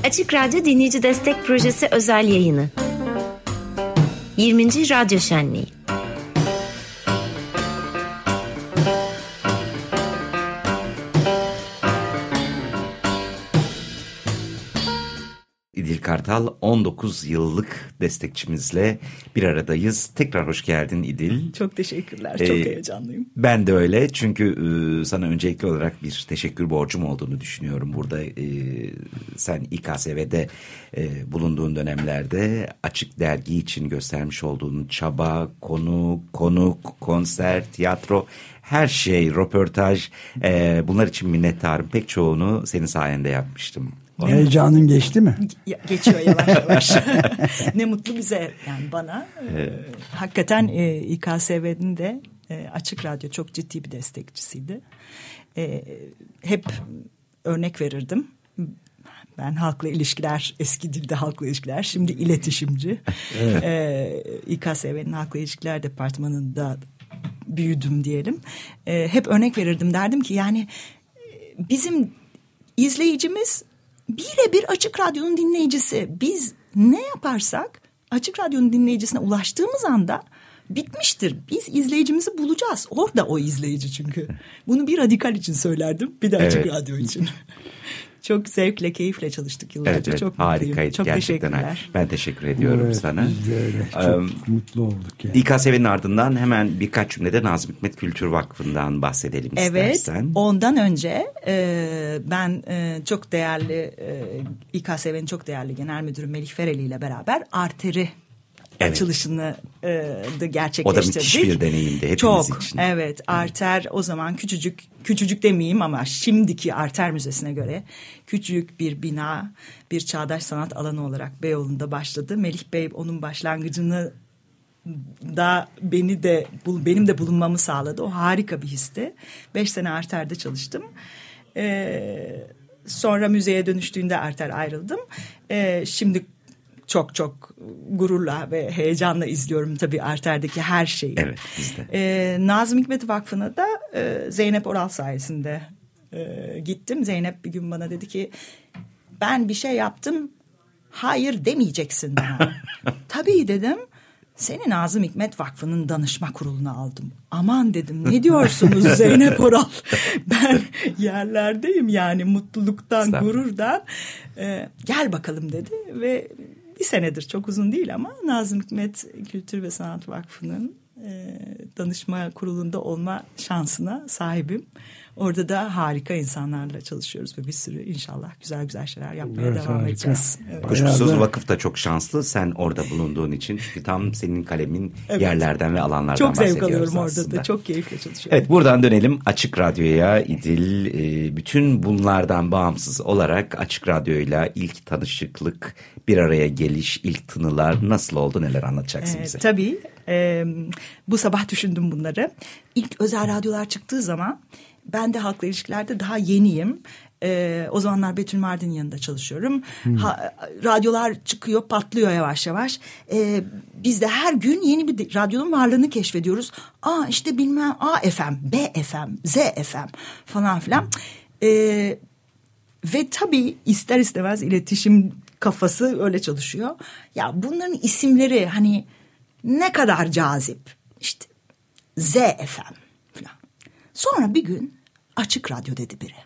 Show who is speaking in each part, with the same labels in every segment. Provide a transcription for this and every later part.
Speaker 1: Açık Radyo Dinleyici Destek Projesi özel yayını. 20. Radyo Şenliği.
Speaker 2: İdil Kartal 19 yıllık destekçimizle bir aradayız. Tekrar hoş geldin İdil.
Speaker 3: Çok teşekkürler. Çok heyecanlıyım.
Speaker 2: Ben de öyle. Çünkü sana öncelikli olarak bir teşekkür borcum olduğunu düşünüyorum. Burada sen İKSV'de bulunduğun dönemlerde Açık Dergi için göstermiş olduğun çaba, konuk, konser, tiyatro, her şey, röportaj, bunlar için minnettarım. Pek çoğunu senin sayende yapmıştım.
Speaker 4: Heyecanın geçti mi?
Speaker 3: Geçiyor yavaş yavaş. Ne mutlu bize, yani bana. Hakikaten İKSV'nin de Açık Radyo çok ciddi bir destekçisiydi. Hep örnek verirdim. Ben halkla ilişkiler, eski dilde halkla ilişkiler, şimdi iletişimci. Evet. İKSV'nin halkla ilişkiler departmanında büyüdüm diyelim. Hep örnek verirdim, derdim ki yani bizim izleyicimiz birebir Açık Radyo'nun dinleyicisi. Biz ne yaparsak Açık Radyo'nun dinleyicisine ulaştığımız anda bitmiştir. Biz izleyicimizi bulacağız. Orada o izleyici çünkü. Bunu bir radikal için söylerdim, bir de Açık Radyo için. Çok zevkle, keyifle çalıştık yıllarca. Evet, çok
Speaker 2: harikaydı.
Speaker 3: Çok
Speaker 2: gerçekten.
Speaker 3: teşekkürler.
Speaker 2: Ben teşekkür ediyorum
Speaker 4: evet,
Speaker 2: sana.
Speaker 4: Biz de öyle. Çok mutlu olduk. Yani.
Speaker 2: İKSV'nin ardından hemen birkaç cümlede Nazım Hikmet Kültür Vakfı'ndan bahsedelim istersen.
Speaker 3: Evet, ondan önce ben çok değerli, İKSV'nin çok değerli Genel Müdürü Melih Fereli ile beraber Arter'i açılışını da gerçekleştirdik.
Speaker 2: O da müthiş bir deneyimdi hepimiz için.
Speaker 3: Evet, Arter o zaman küçücük demeyeyim ama şimdiki Arter Müzesi'ne göre küçük bir bina, bir çağdaş sanat alanı olarak Beyoğlu'nda başladı. Melih Bey onun başlangıcını da benim de bulunmamı sağladı. O harika bir histi. 5 sene Arter'de çalıştım. Sonra müzeye dönüştüğünde Arter ayrıldım. Şimdi çok gururla ve heyecanla izliyorum tabii Arter'deki her şeyi.
Speaker 2: Evet, biz de.
Speaker 3: Nazım Hikmet Vakfı'na da Zeynep Oral sayesinde gittim. Zeynep bir gün bana dedi ki ben bir şey yaptım, hayır demeyeceksin bana. Tabii dedim. Seni Nazım Hikmet Vakfı'nın danışma kuruluna aldım. Aman dedim, ne diyorsunuz Zeynep Oral? Ben yerlerdeyim yani, mutluluktan, gururdan. Gel bakalım dedi ve bir senedir, çok uzun değil ama Nazım Hikmet Kültür ve Sanat Vakfı'nın danışma kurulunda olma şansına sahibim. Orada da harika insanlarla çalışıyoruz ve bir sürü inşallah güzel şeyler yapmaya devam edeceğiz. Evet.
Speaker 2: Kuşkusuz vakıf da çok şanslı sen orada bulunduğun için. Çünkü tam senin kalemin yerlerden ve alanlardan bahsediyoruz aslında.
Speaker 3: Çok zevk alıyorum orada da. Çok keyifle çalışıyorum.
Speaker 2: Evet, buradan dönelim Açık Radyo'ya İdil. Bütün bunlardan bağımsız olarak Açık Radyo'yla ilk tanışıklık, bir araya geliş, ilk tınılar nasıl oldu, neler anlatacaksın bize?
Speaker 3: Tabii. Bu sabah düşündüm bunları. İlk özel radyolar çıktığı zaman ben de halkla ilişkilerde daha yeniyim. O zamanlar Betül Mardin'in yanında çalışıyorum. Radyolar çıkıyor, patlıyor yavaş yavaş. Biz de her gün yeni bir radyonun varlığını keşfediyoruz. İşte bilmem AM, BFM, ZFM falan filan. Ve tabii ister istemez iletişim kafası öyle çalışıyor. Ya bunların isimleri hani ne kadar cazip. İşte ZFM falan. Sonra bir gün Açık Radyo dedi biri.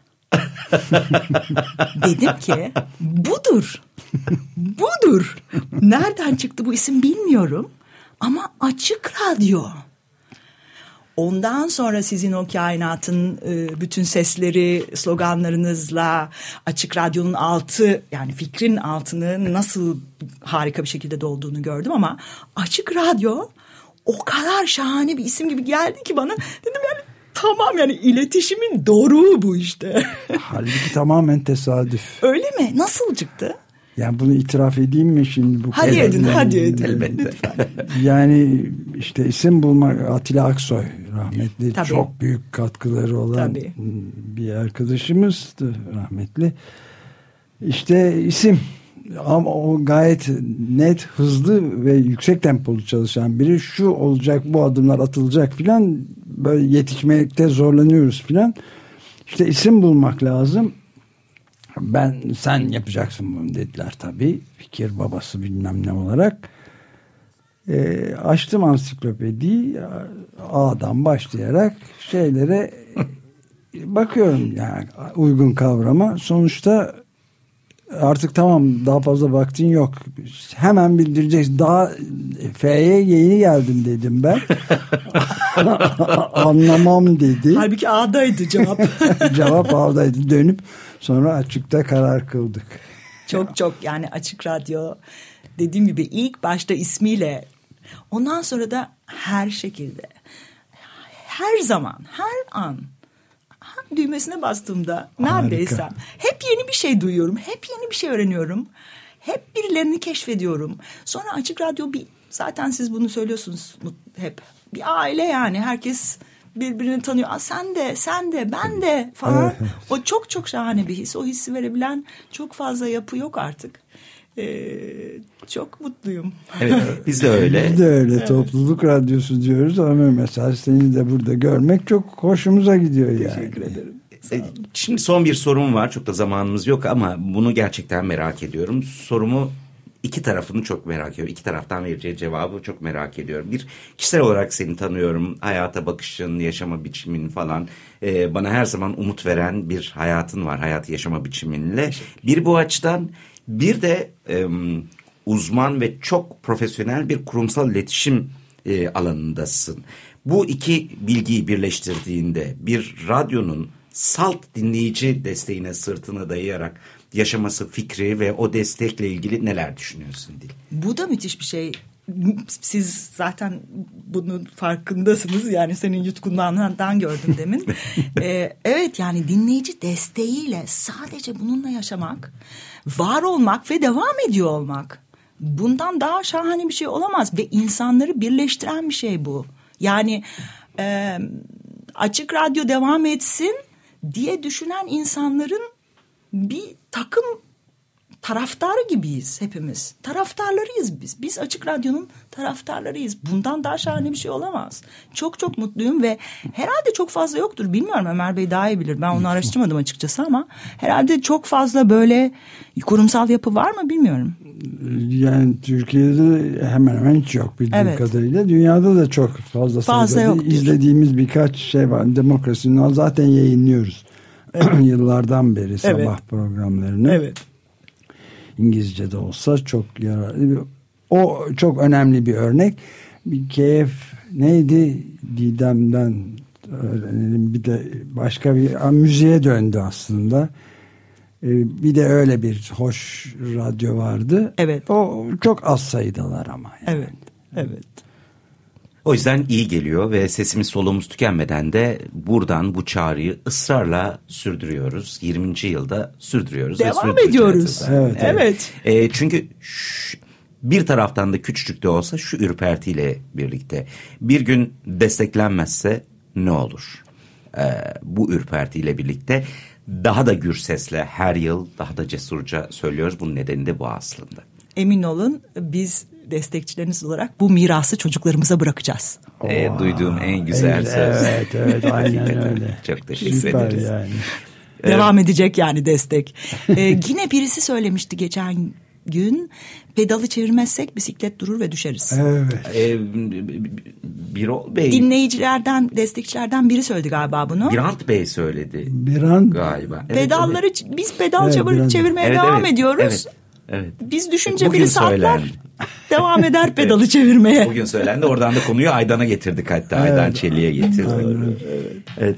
Speaker 3: Dedim ki budur. Budur. Nereden çıktı bu isim bilmiyorum. Ama Açık Radyo. Ondan sonra sizin o kainatın bütün sesleri, sloganlarınızla Açık Radyo'nun altı, yani fikrin altını nasıl harika bir şekilde dolduğunu gördüm ama Açık Radyo o kadar şahane bir isim gibi geldi ki bana, dedim yani tamam, yani iletişimin doruğu bu işte.
Speaker 4: Halbuki tamamen tesadüf.
Speaker 3: Öyle mi? Nasıl çıktı?
Speaker 4: Yani bunu itiraf edeyim mi şimdi?
Speaker 3: Hadi edin.
Speaker 2: Elbette.
Speaker 3: Lütfen.
Speaker 4: Yani işte isim bulmak, Atilla Aksoy rahmetli, tabii, çok büyük katkıları olan bir arkadaşımızdı rahmetli. İşte isim, ama o gayet net, hızlı ve yüksek tempolu çalışan biri. Şu olacak, bu adımlar atılacak filan, böyle yetişmekte zorlanıyoruz filan. İşte isim bulmak lazım. sen yapacaksın bunu dediler tabii. Fikir babası bilmem ne olarak. Açtım ansiklopediyi, A'dan başlayarak şeylere bakıyorum yani uygun kavrama. Sonuçta artık tamam, daha fazla vaktin yok. Hemen bildireceksin. Daha F'ye yeni geldim dedim ben. Anlamam dedi.
Speaker 3: Halbuki A'daydı cevap.
Speaker 4: Cevap A'daydı. Dönüp sonra açıkta karar kıldık.
Speaker 3: Çok yani Açık Radyo dediğim gibi ilk başta ismiyle, ondan sonra da her şekilde, her zaman, her an düğmesine bastığımda neredeyse hep yeni bir şey duyuyorum. Hep yeni bir şey öğreniyorum. Hep birilerini keşfediyorum. Sonra Açık Radyo zaten siz bunu söylüyorsunuz hep. Bir aile yani, herkes birbirini tanıyor. Sen de ben de falan. Evet. O çok şahane bir his. O hissi verebilen çok fazla yapı yok artık. Çok mutluyum.
Speaker 2: Evet, biz de öyle.
Speaker 4: Biz de öyle. Evet. Topluluk radyosu diyoruz ama mesela seni de burada görmek çok hoşumuza gidiyor yani.
Speaker 3: Teşekkür ederim.
Speaker 2: Şimdi son bir sorum var. Çok da zamanımız yok ama bunu gerçekten merak ediyorum. Sorumu iki tarafını çok merak ediyorum. İki taraftan vereceği cevabı çok merak ediyorum. Bir, kişisel olarak seni tanıyorum. Hayata bakışın, yaşama biçimin falan. Bana her zaman umut veren bir hayatın var. Hayatı yaşama biçiminle. Bir bu açıdan, bir de uzman ve çok profesyonel bir kurumsal iletişim alanındasın. Bu iki bilgiyi birleştirdiğinde bir radyonun salt dinleyici desteğine sırtını dayayarak yaşaması fikri ve o destekle ilgili neler düşünüyorsun Dil?
Speaker 3: Bu da müthiş bir şey. Siz zaten bunun farkındasınız. Yani senin yutkunluğundan gördüm demin. Evet, yani dinleyici desteğiyle sadece bununla yaşamak, var olmak ve devam ediyor olmak. Bundan daha şahane bir şey olamaz. Ve insanları birleştiren bir şey bu. Yani Açık Radyo devam etsin diye düşünen insanların bir takım taraftarı gibiyiz hepimiz. Taraftarlarıyız biz. Biz Açık Radyo'nun taraftarlarıyız. Bundan daha şahane bir şey olamaz. Çok mutluyum ve herhalde çok fazla yoktur. Bilmiyorum, Ömer Bey daha iyi bilir. Ben onu araştırmadım açıkçası ama herhalde çok fazla böyle kurumsal yapı var mı bilmiyorum.
Speaker 4: Yani Türkiye'de hemen hemen hiç yok bildiğim kadarıyla. Dünyada da çok fazla yoktur. İzlediğimiz birkaç şey var. Demokrasinin zaten yayınlıyoruz. Evet. Yıllardan beri sabah programlarını. Evet. İngilizce de olsa çok yararlı. O çok önemli bir örnek. Bir keyif neydi? Didem'den öğrenelim. Bir de başka bir müziğe döndü aslında. Bir de öyle bir hoş radyo vardı.
Speaker 3: Evet.
Speaker 4: O çok az sayıdalar ama.
Speaker 3: Yani. Evet.
Speaker 2: O yüzden iyi geliyor ve sesimiz soluğumuz tükenmeden de buradan bu çağrıyı ısrarla sürdürüyoruz. 20. yılda sürdürüyoruz.
Speaker 3: Devam ediyoruz. Evet.
Speaker 2: Çünkü bir taraftan da küçücük de olsa şu ürpertiyle birlikte bir gün desteklenmezse ne olur? Bu ürpertiyle birlikte daha da gür sesle her yıl daha da cesurca söylüyoruz. Bunun nedeni de bu aslında.
Speaker 3: Emin olun, biz destekçileriniz olarak bu mirası çocuklarımıza bırakacağız.
Speaker 2: Duyduğum en güzel söz.
Speaker 4: Evet, aynen öyle.
Speaker 2: Çok teşekkür ederiz.
Speaker 4: Yani.
Speaker 3: Devam edecek yani destek. Yine birisi söylemişti geçen gün, pedalı çevirmezsek bisiklet durur ve düşeriz.
Speaker 4: Evet.
Speaker 2: Birol Bey.
Speaker 3: Dinleyicilerden, destekçilerden biri söyledi galiba bunu.
Speaker 2: Birant Bey söyledi.
Speaker 4: Birant
Speaker 2: galiba.
Speaker 3: Pedalları biz pedal çevirmeye devam ediyoruz.
Speaker 2: Evet.
Speaker 3: Biz düşünce biri atlar, devam eder pedalı çevirmeye.
Speaker 2: Bugün söylendi. Oradan da konuyu Aydan'a getirdik hatta. Evet. Aydan Çelik'e getirdik. Evet.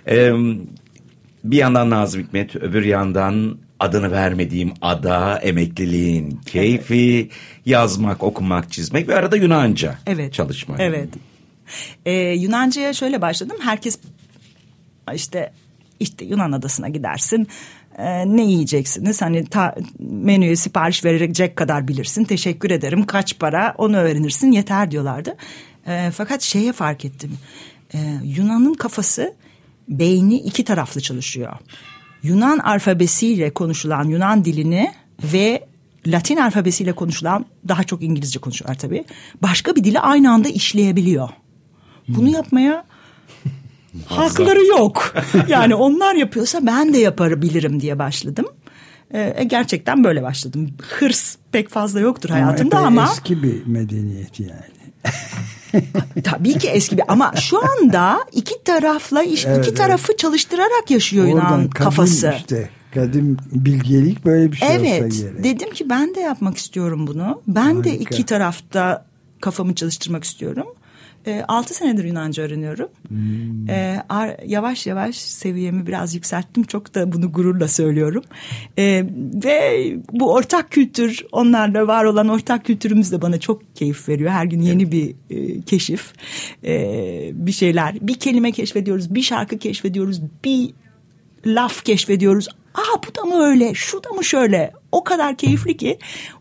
Speaker 2: Bir yandan Nazım Hikmet, öbür yandan adını vermediğim ada, emekliliğin keyfi, yazmak, okumak, çizmek ve arada Yunanca çalışmak.
Speaker 3: Evet. Yunanca'ya şöyle başladım. Herkes işte Yunan adasına gidersin. Ne yiyeceksiniz? Hani menüye sipariş verecek kadar bilirsin. Teşekkür ederim. Kaç para? Onu öğrenirsin. Yeter diyorlardı. Fakat şeye fark ettim. Yunan'ın kafası, beyni iki taraflı çalışıyor. Yunan alfabesiyle konuşulan Yunan dilini ve Latin alfabesiyle konuşulan, daha çok İngilizce konuşuyorlar tabii, başka bir dili aynı anda işleyebiliyor. Bunu yapmaya hakları yok. Yani onlar yapıyorsa ben de yapabilirim diye başladım. Gerçekten böyle başladım. Hırs pek fazla yoktur hayatımda ama
Speaker 4: eski bir medeniyet yani.
Speaker 3: Tabii ki eski bir, ama şu anda iki tarafı çalıştırarak yaşıyor Yunan kafası.
Speaker 4: İşte kadim bilgelik böyle bir şey olsa gerek.
Speaker 3: Evet, dedim ki ben de yapmak istiyorum bunu. Ben de iki tarafta kafamı çalıştırmak istiyorum. 6 senedir Yunanca öğreniyorum. Yavaş yavaş seviyemi biraz yükselttim. Çok da bunu gururla söylüyorum. Ve bu ortak kültür, onlarla var olan ortak kültürümüz de bana çok keyif veriyor. Her gün yeni bir keşif. Bir şeyler, bir kelime keşfediyoruz, bir şarkı keşfediyoruz, bir laf keşfediyoruz. Bu da mı öyle, şu da mı şöyle? O kadar keyifli ki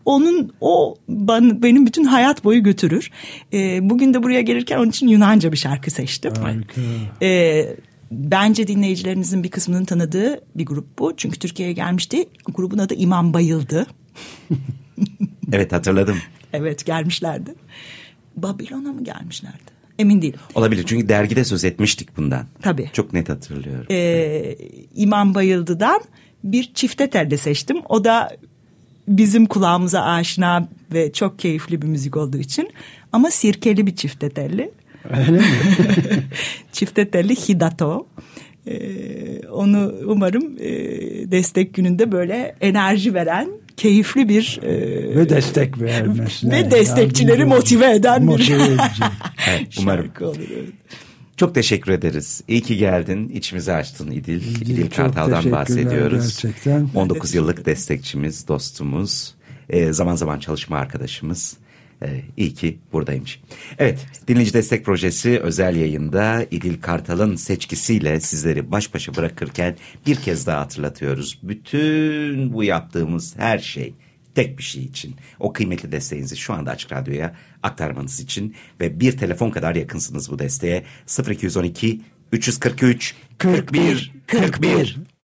Speaker 3: benim bütün hayat boyu götürür. Bugün de buraya gelirken onun için Yunanca bir şarkı seçtim. Bence dinleyicilerinizin bir kısmının tanıdığı bir grup bu. Çünkü Türkiye'ye gelmişti. Grubun adı İmam Bayıldı.
Speaker 2: Evet, hatırladım.
Speaker 3: Evet, gelmişlerdi. Babilon'a mı gelmişlerdi? Emin değilim.
Speaker 2: Olabilir, çünkü dergide söz etmiştik bundan.
Speaker 3: Tabii.
Speaker 2: Çok net hatırlıyorum.
Speaker 3: İmam Bayıldı'dan bir çifte telli seçtim. O da bizim kulağımıza aşina ve çok keyifli bir müzik olduğu için. Ama sirkeli bir çifte telli.
Speaker 4: Öyle mi?
Speaker 3: Çifte telli Hidato. Onu umarım destek gününde böyle enerji veren, keyifli bir
Speaker 4: ve destek vermesine
Speaker 3: ve destekçileri motive eden bir
Speaker 2: evet, umarım.
Speaker 3: Olur, evet.
Speaker 2: Çok teşekkür ederiz. İyi ki geldin. İçimizi açtın İdil. İdil Kartal'dan bahsediyoruz.
Speaker 4: Gerçekten.
Speaker 2: 19 yıllık destekçimiz, dostumuz, zaman zaman çalışma arkadaşımız. İyi ki buradaymış. Evet, Dinleyici Destek Projesi özel yayında İdil Kartal'ın seçkisiyle sizleri baş başa bırakırken bir kez daha hatırlatıyoruz. Bütün bu yaptığımız her şey tek bir şey için. O kıymetli desteğinizi şu anda Açık Radyo'ya aktarmanız için ve bir telefon kadar yakınsınız bu desteğe. 0212 343 41 41.